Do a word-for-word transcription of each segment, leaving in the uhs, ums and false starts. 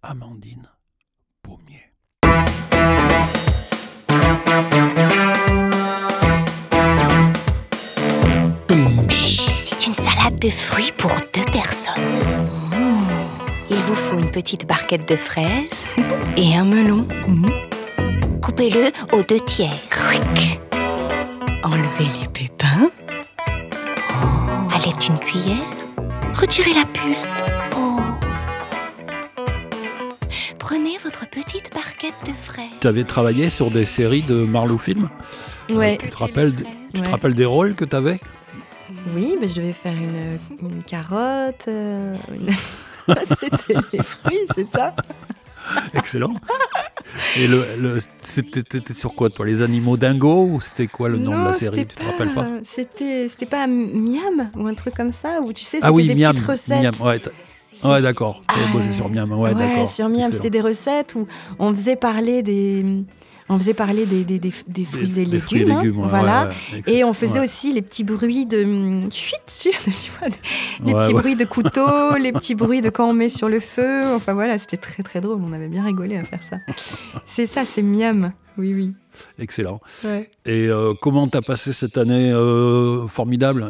Amandine Pommier. C'est une salade de fruits pour deux personnes. Mmh. Il vous faut une petite barquette de fraises et un melon. Mmh. Coupez-le aux deux tiers. Cric. Enlevez les pépins. Oh. À l'aide d'une cuillère, retirez la pulpe. Oh. Prenez votre petite barquette de fraises. Tu avais travaillé sur des séries de Marlowe Film. Ouais. Euh, tu te rappelles, tu Ouais. te rappelles des rôles que tu avais? Oui, mais je devais faire une, une carotte. Euh, une... C'était les fruits, c'est ça? Excellent. Et le, le, c'était, c'était sur quoi, toi? Les animaux dingos ou c'était quoi le nom non, de la série? c'était Tu te rappelles pas? C'était, c'était pas Miam ou un truc comme ça, où tu sais, c'était Ah oui, des Miam, petites recettes. Miam, ouais, t'as- ouais, d'accord. Tu avais Ah, bossé sur Miam, ouais, d'accord. sur Miam, Excellent. c'était des recettes où on faisait parler des, on faisait parler des, des, des, des fruits Des- et des légumes, fruits et hein, légumes, ouais, voilà. ouais, ouais, excellent. Et on faisait Ouais. aussi les petits bruits de hum, chut, chut, tu vois, les Ouais, petits ouais. bruits de couteau, les petits bruits de quand on met sur le feu. Enfin voilà, c'était très très drôle. On avait bien rigolé à faire ça. C'est ça, c'est Miam. Oui, oui. Excellent. Ouais. Et euh, comment t'as passé cette année euh, formidable?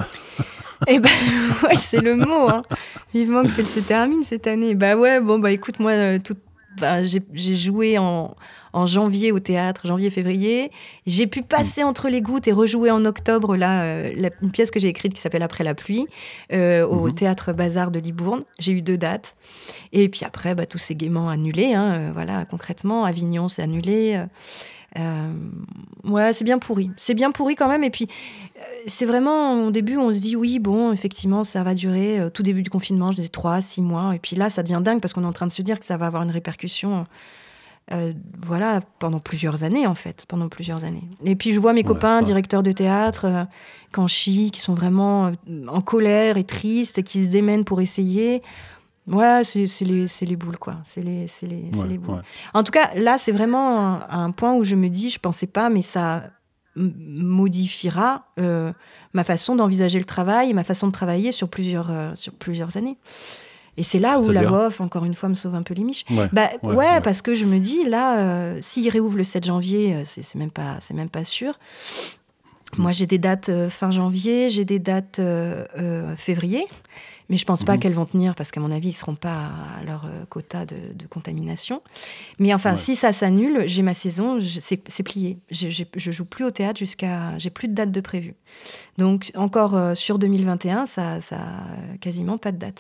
Eh ben, ouais, c'est le mot. Hein. Vivement qu'elle se termine cette année. Bah ouais, bon, bah écoute, moi, euh, tout, bah, j'ai, j'ai joué en, en janvier au théâtre, janvier-février. J'ai pu passer entre les gouttes et rejouer en octobre là, euh, la, une pièce que j'ai écrite qui s'appelle Après la pluie, euh, au Mhm. théâtre Bazar de Libourne. J'ai eu deux dates. Et puis après, bah, tout s'est gaiement annulé. Hein, euh, voilà, concrètement, Avignon s'est annulé. Euh, Euh, ouais, c'est bien pourri. C'est bien pourri quand même. Et puis, euh, c'est vraiment, au début, on se dit, oui, bon, effectivement, ça va durer. Au tout début du confinement, je disais trois, six mois. Et puis là, ça devient dingue parce qu'on est en train de se dire que ça va avoir une répercussion, euh, voilà, pendant plusieurs années, en fait. Pendant plusieurs années. Et puis, je vois mes Ouais, copains, ouais. directeurs de théâtre, euh, qu'en chient, qui sont vraiment euh, en colère et tristes, et qui se démènent pour essayer. Ouais, c'est, c'est, les, c'est les boules, quoi. C'est les, c'est les, c'est Ouais, les boules. ouais. En tout cas, là, c'est vraiment un, un point où je me dis, je pensais pas, mais ça m- modifiera euh, ma façon d'envisager le travail et ma façon de travailler sur plusieurs, euh, sur plusieurs années. Et c'est là où la C'est-à-dire voix off, encore une fois, me sauve un peu les miches. Ouais, Bah, ouais, ouais, ouais. parce que je me dis, là, euh, s'il réouvre le sept janvier, euh, c'est, c'est, même pas, c'est même pas sûr. Moi, j'ai des dates euh, fin janvier, j'ai des dates euh, euh, février. Mais je ne pense pas Mhm. qu'elles vont tenir parce qu'à mon avis, ils ne seront pas à leur euh, quota de, de contamination. Mais enfin, Ouais. si ça s'annule, j'ai ma saison, je- c'est, c'est plié. Je ne joue plus au théâtre jusqu'à... J'ai plus de date de prévu. Donc, encore euh, sur deux mille vingt et un, ça ça a quasiment pas de date.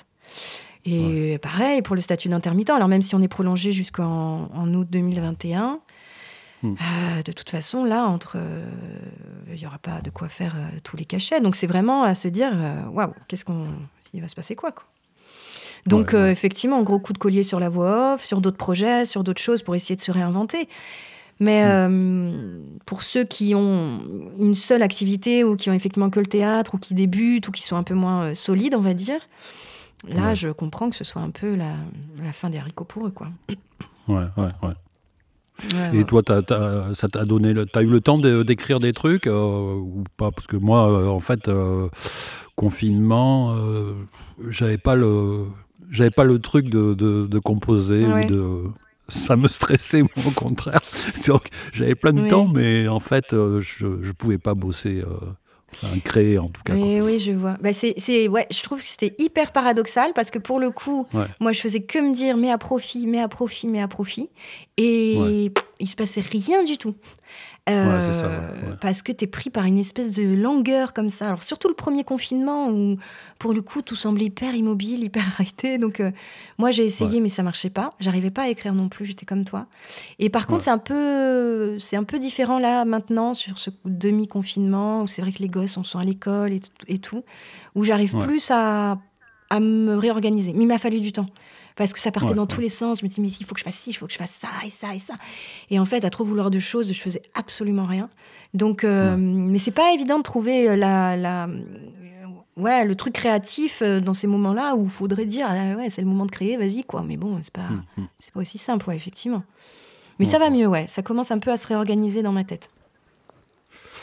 Et pareil pour le statut d'intermittent. Alors, même si on est prolongé jusqu'en en août deux mille vingt et un, Hmm. euh, de toute façon, là, entre, il n'y aura pas de quoi faire euh, tous les cachets. Donc, c'est vraiment à se dire, euh, waouh, qu'est-ce qu'on... Il va se passer quoi, quoi. Donc, Ouais, ouais. euh, effectivement, gros coup de collier sur la voix off, sur d'autres projets, sur d'autres choses pour essayer de se réinventer. Mais euh, pour ceux qui ont une seule activité ou qui ont effectivement que le théâtre ou qui débutent ou qui sont un peu moins euh, solides, on va dire, là, Ouais. je comprends que ce soit un peu la, la fin des haricots pour eux, quoi. Ouais, ouais, ouais. Ouais, Et ouais. toi, t'as, t'as- ça t'a donné, le, t'as eu le temps de- d'écrire des trucs euh, ou pas? Parce que moi, euh, en fait, euh, confinement, euh, j'avais pas le, j'avais pas le truc de, de, de composer Ouais. ou de, ça me stressait moi, au contraire. Donc, j'avais plein de Oui. temps, mais en fait, euh, je, je pouvais pas bosser, euh, enfin, créer en tout cas. quoi. Oui, oui, je vois. Bah, c'est, c'est, ouais, je trouve que c'était hyper paradoxal parce que pour le coup, Ouais. moi, je faisais que me dire mais à profit, mais à profit, mais à profit. Et Ouais. pff, il se passait rien du tout. Euh, Ouais, c'est ça, ouais, ouais. Parce que t'es pris par une espèce de langueur comme ça. Alors, surtout le premier confinement où, pour le coup, tout semblait hyper immobile, hyper arrêté. Donc, euh, moi, j'ai essayé, Ouais. mais ça marchait pas. J'arrivais pas à écrire non plus, j'étais comme toi. Et par contre, Ouais. c'est un peu, c'est un peu différent là, maintenant, sur ce demi-confinement, où c'est vrai que les gosses, on sont à l'école et, t- et tout, où j'arrive Ouais. plus à, à me réorganiser. Mais il m'a fallu du temps. Parce que ça partait Ouais, dans ouais. tous les sens. Je me disais, mais il faut que je fasse ci, il faut que je fasse ça, et ça, et ça. Et en fait, à trop vouloir de choses, je faisais absolument rien. Donc, euh, Ouais. mais c'est pas évident de trouver la, la, euh, ouais, le truc créatif euh, dans ces moments-là où il faudrait dire, ah, ouais, c'est le moment de créer, vas-y, quoi. Mais bon, c'est pas, Hum, hum. c'est pas aussi simple, ouais, effectivement. Mais Ouais, ça va ouais. mieux, ouais. Ça commence un peu à se réorganiser dans ma tête.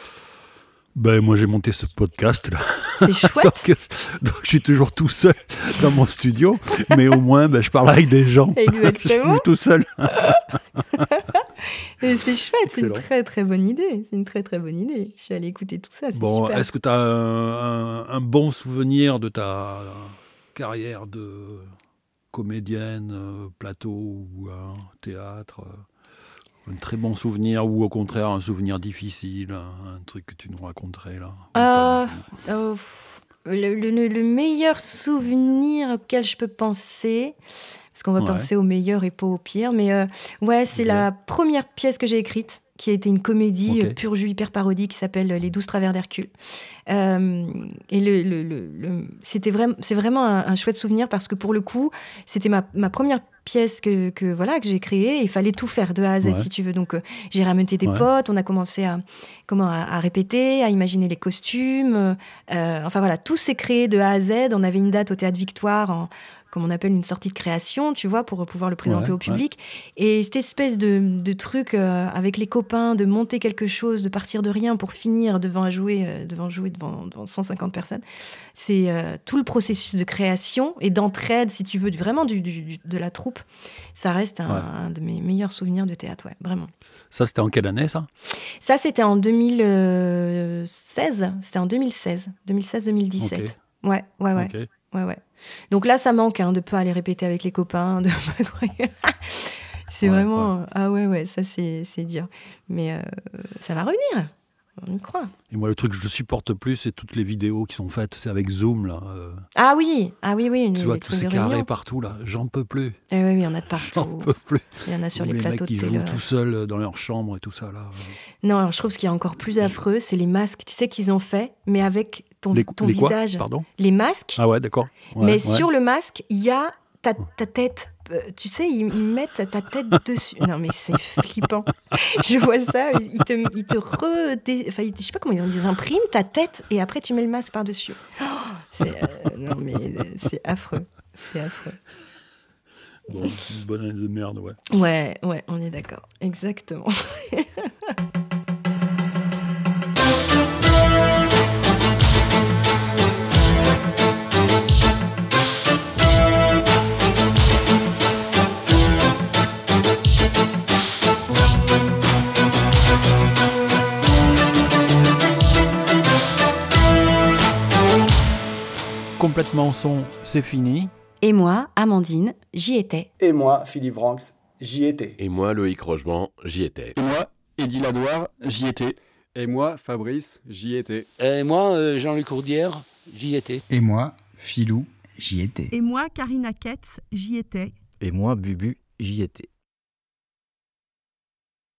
Ben, moi, j'ai monté ce podcast là. C'est chouette. donc, donc, je suis toujours tout seul. dans mon studio, mais au moins, ben, je parle avec des gens. Exactement. Je suis tout seul. Et c'est chouette, c'est une Excellent. très très bonne idée. C'est une très très bonne idée. Je suis allée écouter tout ça, c'est Bon, super. est-ce que tu as un, un- un bon souvenir de ta carrière de comédienne, euh, plateau ou euh, théâtre euh, un très bon souvenir ou au contraire un souvenir difficile, un, un truc que tu nous raconterais là ou pas Euh, du tout. euh, pff, le, le- le meilleur souvenir auquel je peux penser, parce qu'on va Ouais. penser au meilleur et pas au pire, mais euh, ouais, c'est Ok. la première pièce que j'ai écrite, qui a été une comédie Ok. euh, pur jus hyper parodique qui s'appelle Les douze travers d'Hercule. Euh, et le, le- le- le- c'était vraiment, c'est vraiment un, un chouette souvenir parce que pour le coup, c'était ma, ma première pièce que, que voilà que j'ai créée. Et il fallait tout faire de A à Z Ouais. si tu veux. Donc euh, j'ai ramené des Ouais. potes, on a commencé à comment à, à répéter, à imaginer les costumes. Euh, enfin voilà, tout s'est créé de A à Z. On avait une date au Théâtre Victoire en comme on appelle une sortie de création, tu vois, pour pouvoir le présenter Ouais, au ouais. public. Et cette espèce de, de truc euh, avec les copains, de monter quelque chose, de partir de rien pour finir devant jouer, euh, devant, jouer devant, devant cent cinquante personnes, c'est euh, tout le processus de création et d'entraide, si tu veux, du- vraiment du, du- du- de la troupe. Ça reste un, Ouais. un de mes meilleurs souvenirs de théâtre, ouais, vraiment. Ça, c'était en quelle année ça? Ça, c'était en deux mille seize. C'était en deux mille seize. deux mille seize deux mille dix-sept. Ouais, ouais, ouais. Ok. Ouais, ouais. Donc là, ça manque hein, de pas aller répéter avec les copains. De... c'est Ouais, vraiment. Ah ouais, ouais, ça c'est, c'est dur. Mais euh, ça va revenir. On y croit. Et moi, le truc que je supporte plus, c'est toutes les vidéos qui sont faites. C'est avec Zoom là. euh, Ah oui, ah oui, oui. tu les, vois les tous trucs ces de carrés réunion. partout là. J'en peux plus. Eh oui, oui, il y en a de J'en partout. peux plus. Il y en a sur Ou les les plateaux mecs qui de télé. jouent tout seuls dans leur chambre et tout ça là. Non, alors je trouve ce qui est encore plus affreux, c'est les masques. Tu sais qu'ils ont fait, mais avec ton, Les, ton les quoi visage. Pardon? Les masques. Ah ouais, d'accord. Ouais, mais ouais. sur le masque, il y a ta, ta tête. Euh, tu sais, ils, ils mettent ta tête dessus. Non, mais c'est flippant. Je vois ça, ils te, ils te redé... Enfin, je sais pas comment ils ont dit, ils impriment ta tête et après tu mets le masque par-dessus. Oh, c'est, euh, non, mais euh, c'est affreux. C'est affreux. Bon, une bonne année de merde, ouais. Ouais, ouais, on est d'accord. Exactement. Complètement son, c'est fini. Et moi, Amandine, j'y étais. Et moi, Philippe Vranx, j'y étais. Et moi, Loïc Rochement, j'y étais. Et moi, Eddie Ladoire, j'y étais. Et moi, Fabrice, j'y étais. Et moi, euh, Jean-Luc Courdière, j'y étais. Et moi, Philou, j'y étais. Et moi, Karina Ketz, j'y étais. Et moi, Bubu, j'y étais.